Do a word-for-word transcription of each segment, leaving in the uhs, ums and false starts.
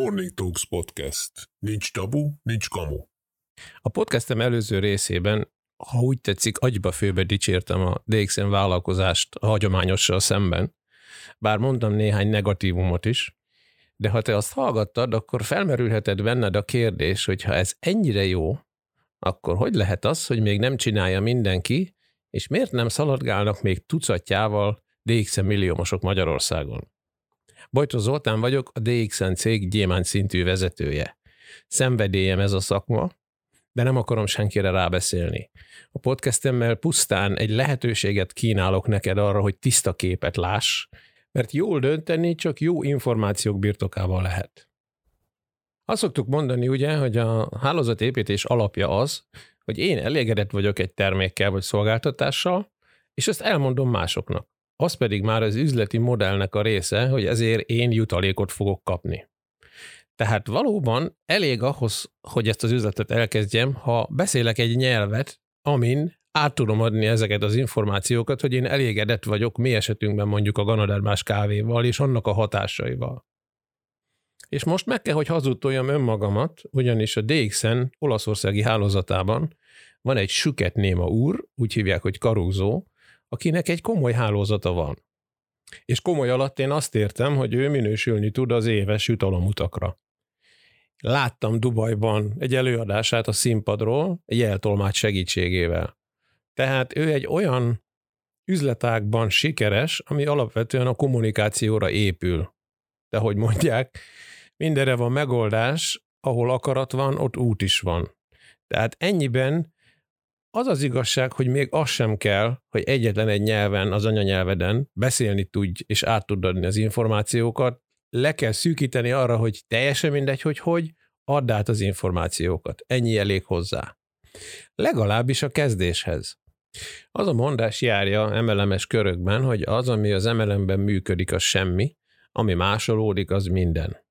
Morning Talks Podcast. Nincs tabu, nincs kamu. A podcastem előző részében, ha úgy tetszik, agyba főbe dicsértem a dé iksz en vállalkozást a hagyományossal szemben, bár mondtam néhány negatívumot is, de ha te azt hallgattad, akkor felmerülhetett benned a kérdés, hogy ha ez ennyire jó, akkor hogy lehet az, hogy még nem csinálja mindenki, és miért nem szaladgálnak még tucatjával dé iksz en milliómosok Magyarországon? Bojtó Zoltán vagyok, a dé iksz en cég gyémánt szintű vezetője. Szenvedélyem ez a szakma, de nem akarom senkire rábeszélni. A podcastemmel pusztán egy lehetőséget kínálok neked arra, hogy tiszta képet láss, mert jól dönteni csak jó információk birtokában lehet. Azt szoktuk mondani ugye, hogy a hálózatépítés alapja az, hogy én elégedett vagyok egy termékkel vagy szolgáltatással, és ezt elmondom másoknak. Az pedig már az üzleti modellnek a része, hogy ezért én jutalékot fogok kapni. Tehát valóban elég ahhoz, hogy ezt az üzletet elkezdjem, ha beszélek egy nyelvet, amin át tudom adni ezeket az információkat, hogy én elégedett vagyok, mi esetünkben mondjuk a ganadermás kávéval és annak a hatásaival. És most meg kell, hogy hazudtoljam önmagamat, ugyanis a dé iksz en olaszországi hálózatában van egy süket néma úr, úgy hívják, hogy Caruso, akinek egy komoly hálózata van. És komoly alatt én azt értem, hogy ő minősülni tud az éves jutalomutakra. Láttam Dubajban egy előadását a színpadról, egy eltolmács segítségével. Tehát ő egy olyan üzletágban sikeres, ami alapvetően a kommunikációra épül. De hogy mondják, mindenre van megoldás, ahol akarat van, ott út is van. Tehát ennyiben az az igazság, hogy még az sem kell, hogy egyetlen egy nyelven, az anyanyelveden beszélni tudj és át tud adni az információkat, le kell szűkíteni arra, hogy teljesen mindegy, hogy hogy, add át az információkat. Ennyi elég hozzá. Legalábbis a kezdéshez. Az a mondás járja em el em-es körökben, hogy az, ami az em el em-ben működik, az semmi, ami másolódik, az minden.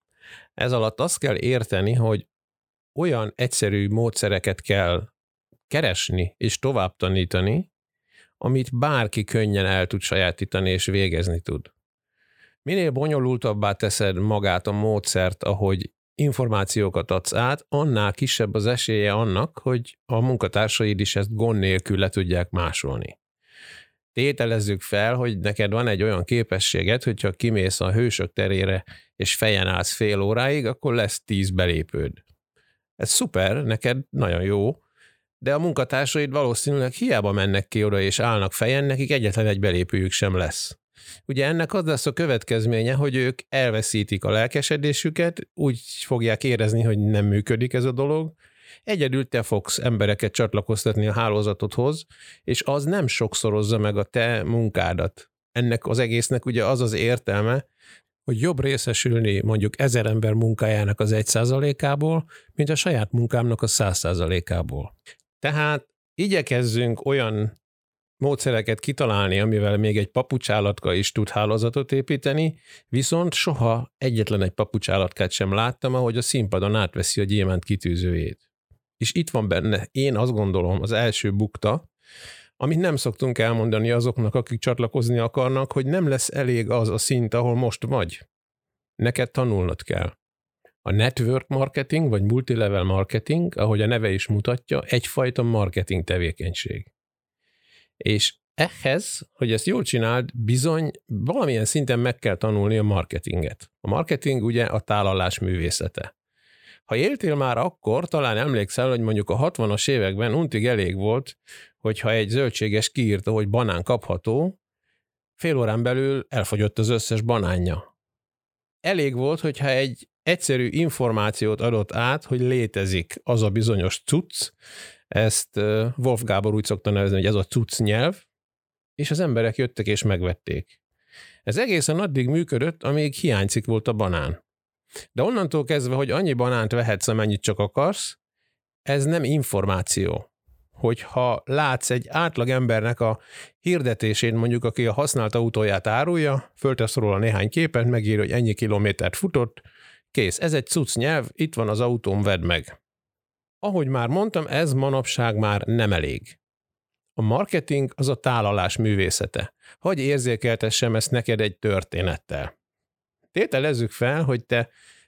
Ez alatt azt kell érteni, hogy olyan egyszerű módszereket kell keresni és tovább tanítani, amit bárki könnyen el tud sajátítani és végezni tud. Minél bonyolultabbá teszed magát a módszert, ahogy információkat adsz át, annál kisebb az esélye annak, hogy a munkatársaid is ezt gond nélkül le tudják másolni. Tételezzük fel, hogy neked van egy olyan képességed, hogyha kimész a hősök terére és fejen állsz fél óráig, akkor lesz tíz belépőd. Ez szuper, neked nagyon jó, de a munkatársaid valószínűleg hiába mennek ki oda és állnak fejen, nekik egyetlen egy belépőjük sem lesz. Ugye ennek az lesz a következménye, hogy ők elveszítik a lelkesedésüket, úgy fogják érezni, hogy nem működik ez a dolog. Egyedül te fogsz embereket csatlakoztatni a hálózatodhoz, és az nem sokszorozza meg a te munkádat. Ennek az egésznek ugye az az értelme, hogy jobb részesülni mondjuk ezer ember munkájának az egy százalékából, mint a saját munkámnak a száz százalékából. Tehát igyekezzünk olyan módszereket kitalálni, amivel még egy papucsállatka is tud hálózatot építeni, viszont soha egyetlen egy papucsállatkát sem láttam, ahogy a színpadon átveszi a gyémánt kitűzőjét. És itt van benne, én azt gondolom, az első bukta, amit nem szoktunk elmondani azoknak, akik csatlakozni akarnak, hogy nem lesz elég az a szint, ahol most vagy. Neked tanulnod kell. A network marketing, vagy multilevel marketing, ahogy a neve is mutatja, egyfajta marketing tevékenység. És ehhez, hogy ezt jól csináld, bizony valamilyen szinten meg kell tanulni a marketinget. A marketing ugye a tálalás művészete. Ha éltél már akkor, talán emlékszel, hogy mondjuk a hatvanas években untig elég volt, hogyha egy zöldséges kiírta, hogy banán kapható, fél órán belül elfogyott az összes banánja. Elég volt, hogyha egy egyszerű információt adott át, hogy létezik az a bizonyos cucc, ezt Wolf Gábor úgy szokta nevezni, hogy ez a cucc nyelv, és az emberek jöttek és megvették. Ez egészen addig működött, amíg hiányzik volt a banán. De onnantól kezdve, hogy annyi banánt vehetsz, amennyit csak akarsz, ez nem információ. Hogyha látsz egy átlag embernek a hirdetését, mondjuk aki a használt autóját árulja, föltesz róla néhány képet, megír, hogy ennyi kilométert futott, kész, ez egy cucc nyelv, itt van az autóm, vedd meg. Ahogy már mondtam, ez manapság már nem elég. A marketing az a tálalás művészete. Hagy érzékeltessem ezt neked egy történettel. Tételezzük fel, hogy te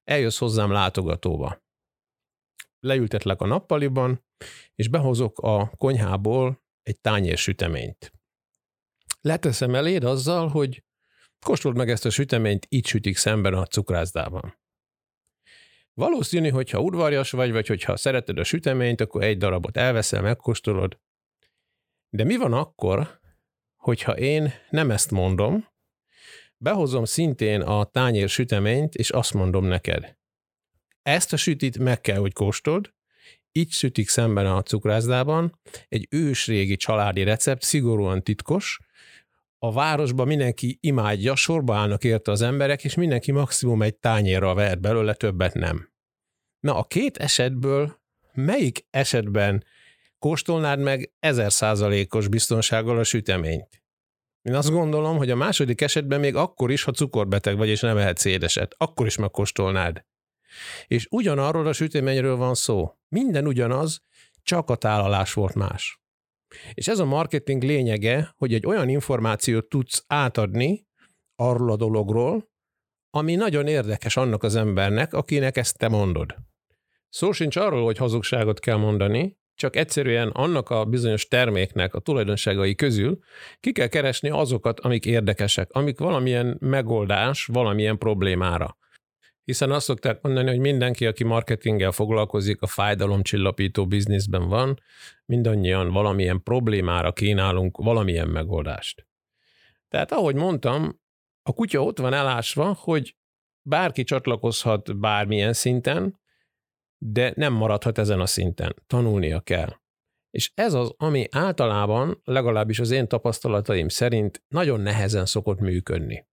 eljössz hozzám látogatóba. Leültetlek a nappaliban, és behozok a konyhából egy tányér süteményt. Leteszem eléd azzal, hogy kóstold meg ezt a süteményt, így sütik szemben a cukrászdában. Valószínű, hogyha udvarjas vagy, vagy hogyha szereted a süteményt, akkor egy darabot elveszel, megkóstolod. De mi van akkor, hogyha én nem ezt mondom, behozom szintén a tányér süteményt, és azt mondom neked, ezt a sütit meg kell, hogy kóstold, így sütik szemben a cukrászdában, egy ősrégi családi recept, szigorúan titkos, a városban mindenki imádja, sorba állnak érte az emberek, és mindenki maximum egy tányérral vehet belőle, többet nem. Na, a két esetből melyik esetben kóstolnád meg ezer százalékos biztonsággal a süteményt? Én azt gondolom, hogy a második esetben még akkor is, ha cukorbeteg vagy és nem ehetsz édeset, akkor is megkóstolnád. És ugyanarról a süteményről van szó. Minden ugyanaz, csak a tálalás volt más. És ez a marketing lényege, hogy egy olyan információt tudsz átadni arról a dologról, ami nagyon érdekes annak az embernek, akinek ezt te mondod. Szó sincs arról, hogy hazugságot kell mondani, csak egyszerűen annak a bizonyos terméknek a tulajdonságai közül ki kell keresni azokat, amik érdekesek, amik valamilyen megoldás valamilyen problémára. Hiszen azt szokták mondani, hogy mindenki, aki marketinggel foglalkozik, a fájdalomcsillapító bizniszben van, mindannyian valamilyen problémára kínálunk valamilyen megoldást. Tehát ahogy mondtam, a kutya ott van elásva, hogy bárki csatlakozhat bármilyen szinten, de nem maradhat ezen a szinten. Tanulnia kell. És ez az, ami általában, legalábbis az én tapasztalataim szerint nagyon nehezen szokott működni.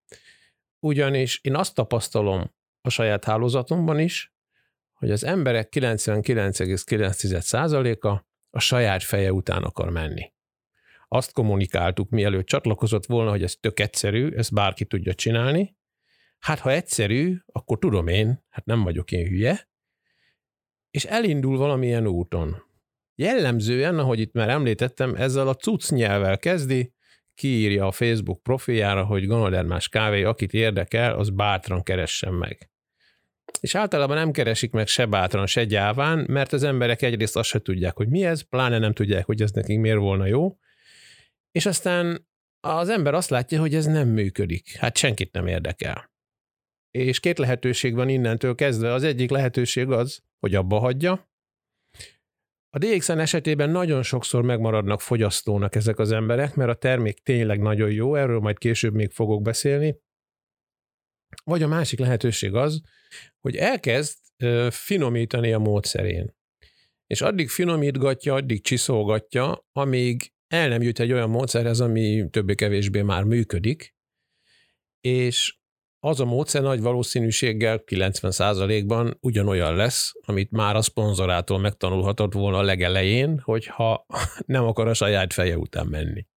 Ugyanis én azt tapasztalom a saját hálózatomban is, hogy az emberek kilencvenkilenc egész kilenc százaléka a saját feje után akar menni. Azt kommunikáltuk, mielőtt csatlakozott volna, hogy ez tök egyszerű, ezt bárki tudja csinálni. Hát ha egyszerű, akkor tudom én, hát nem vagyok én hülye, és elindul valamilyen úton. Jellemzően, ahogy itt már említettem, ezzel a cucc nyelvvel kezdi, kiírja a Facebook profiljára, hogy Ganodermás kávé, akit érdekel, az bátran keressen meg. És általában nem keresik meg se bátran, se gyáván, mert az emberek egyrészt azt se tudják, hogy mi ez, pláne nem tudják, hogy ez nekik miért volna jó, és aztán az ember azt látja, hogy ez nem működik. Hát senkit nem érdekel. És két lehetőség van innentől kezdve. Az egyik lehetőség az, hogy abba hagyja. A dé iksz en esetében nagyon sokszor megmaradnak fogyasztónak ezek az emberek, mert a termék tényleg nagyon jó, erről majd később még fogok beszélni. Vagy a másik lehetőség az, hogy elkezd finomítani a módszerén. És addig finomítgatja, addig csiszolgatja, amíg el nem jut egy olyan módszerhez, ami többé-kevésbé már működik, és az a módszer nagy valószínűséggel kilencven százalékban ugyanolyan lesz, amit már a szponzorától megtanulhatott volna a legelején, hogyha nem akar a saját feje után menni.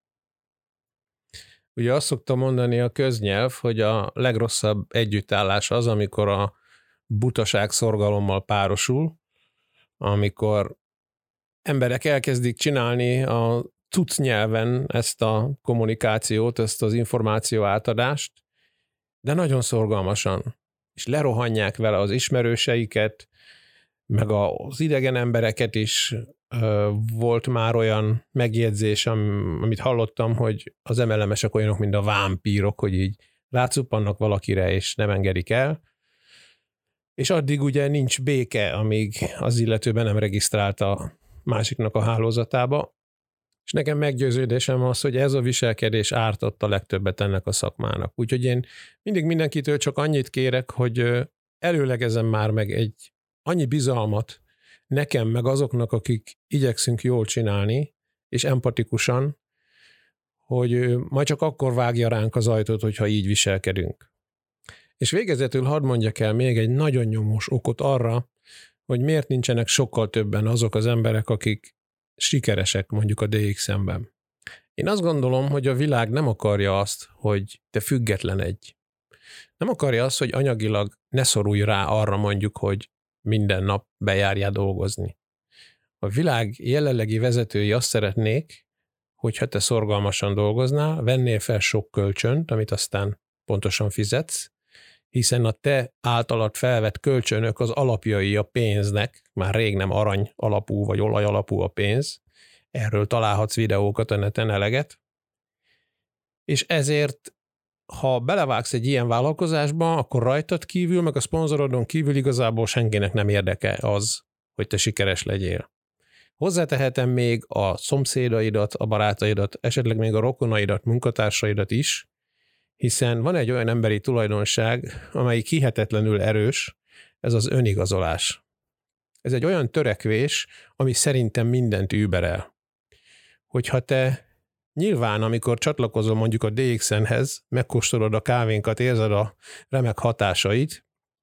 Ugye azt szokta mondani a köznyelv, hogy a legrosszabb együttállás az, amikor a butaság szorgalommal párosul, amikor emberek elkezdik csinálni a cucc nyelven ezt a kommunikációt, ezt az információ átadást, de nagyon szorgalmasan, és lerohanják vele az ismerőseiket, meg az idegen embereket is. Volt már olyan megjegyzés, amit hallottam, hogy az em el em-esek olyanok, mint a vámpírok, hogy így rácuppannak valakire, és nem engedik el, és addig ugye nincs béke, amíg az illetőben nem regisztrálta a másiknak a hálózatába, és nekem meggyőződésem az, hogy ez a viselkedés ártott a legtöbbet ennek a szakmának. Úgyhogy én mindig mindenkitől csak annyit kérek, hogy előlegezem már meg egy annyi bizalmat nekem, meg azoknak, akik igyekszünk jól csinálni, és empatikusan, hogy majd csak akkor vágja ránk az ajtót, hogyha így viselkedünk. És végezetül hadd mondjak el még egy nagyon nyomós okot arra, hogy miért nincsenek sokkal többen azok az emberek, akik sikeresek mondjuk a dé iksz en-ben. Én azt gondolom, hogy a világ nem akarja azt, hogy te független egy. Nem akarja azt, hogy anyagilag ne szorulj rá arra mondjuk, hogy minden nap bejárjál dolgozni. A világ jelenlegi vezetői azt szeretnék, hogyha te szorgalmasan dolgoznál, vennél fel sok kölcsönt, amit aztán pontosan fizetsz, hiszen a te általad felvett kölcsönök az alapjai a pénznek, már rég nem arany alapú vagy olaj alapú a pénz, erről találhatsz videókat a neten eleget, és ezért, ha belevágsz egy ilyen vállalkozásba, akkor rajtad kívül, meg a szponzorodon kívül igazából senkinek nem érdeke az, hogy te sikeres legyél. Hozzátehetem még a szomszédaidat, a barátaidat, esetleg még a rokonaidat, munkatársaidat is, hiszen van egy olyan emberi tulajdonság, amely hihetetlenül erős, ez az önigazolás. Ez egy olyan törekvés, ami szerintem mindent überel. Hogyha te nyilván, amikor csatlakozol mondjuk a dé iksz en-hez, megkóstolod a kávénkat, érzed a remek hatásait,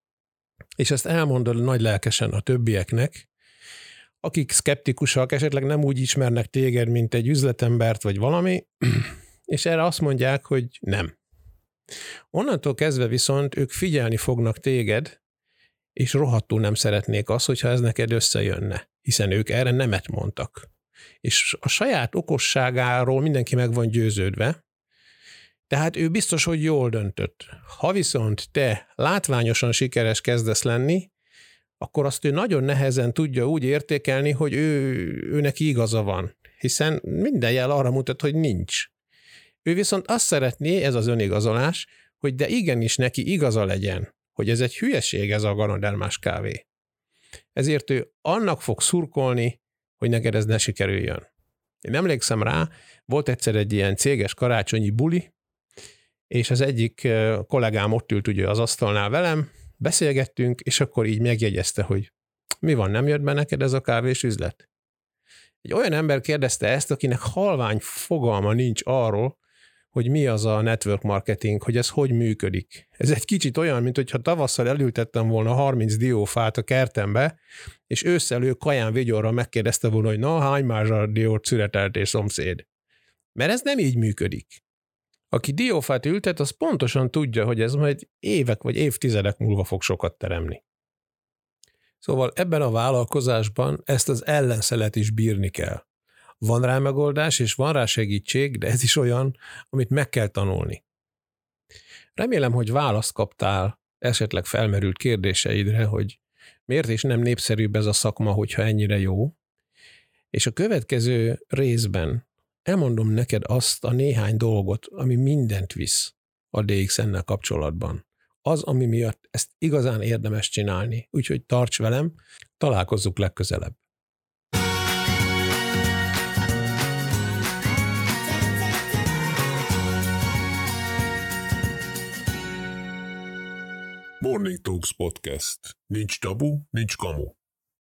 és ezt elmondod nagy lelkesen a többieknek, akik szkeptikusak, esetleg nem úgy ismernek téged, mint egy üzletembert vagy valami, és erre azt mondják, hogy nem. Onnantól kezdve viszont ők figyelni fognak téged, és rohadtul nem szeretnék azt, hogyha ez neked összejönne, hiszen ők erre nemet mondtak. És a saját okosságáról mindenki meg van győződve, tehát ő biztos, hogy jól döntött. Ha viszont te látványosan sikeres kezdesz lenni, akkor azt ő nagyon nehezen tudja úgy értékelni, hogy ő, ő neki igaza van, hiszen minden jel arra mutat, hogy nincs. Ő viszont azt szeretné, ez az önigazolás, hogy de igenis neki igaza legyen, hogy ez egy hülyeség ez a ganadermás kávé. Ezért ő annak fog szurkolni, hogy neked ez ne sikerüljön. Én emlékszem rá, volt egyszer egy ilyen céges karácsonyi buli, és az egyik kollégám ott ült ugye az asztalnál velem, beszélgettünk, és akkor így megjegyezte, hogy mi van, nem jött be neked ez a kávés üzlet? Egy olyan ember kérdezte ezt, akinek halvány fogalma nincs arról, hogy mi az a network marketing, hogy ez hogy működik. Ez egy kicsit olyan, mint hogyha tavasszal elültettem volna harminc diófát a kertembe, és ősszel ő kaján vigyorra megkérdezte volna, hogy na, hány mázsal diót születeltél, szomszéd? Mert ez nem így működik. Aki diófát ültet, az pontosan tudja, hogy ez majd évek vagy évtizedek múlva fog sokat teremni. Szóval ebben a vállalkozásban ezt az ellenszelet is bírni kell. Van rá megoldás, és van rá segítség, de ez is olyan, amit meg kell tanulni. Remélem, hogy választ kaptál esetleg felmerült kérdéseidre, hogy miért is nem népszerűbb ez a szakma, hogyha ennyire jó. És a következő részben elmondom neked azt a néhány dolgot, ami mindent visz a dé iksz en-nel kapcsolatban. Az, ami miatt ezt igazán érdemes csinálni. Úgyhogy tarts velem, találkozzunk legközelebb. Morning Talks Podcast. Nincs tabu, nincs kamu.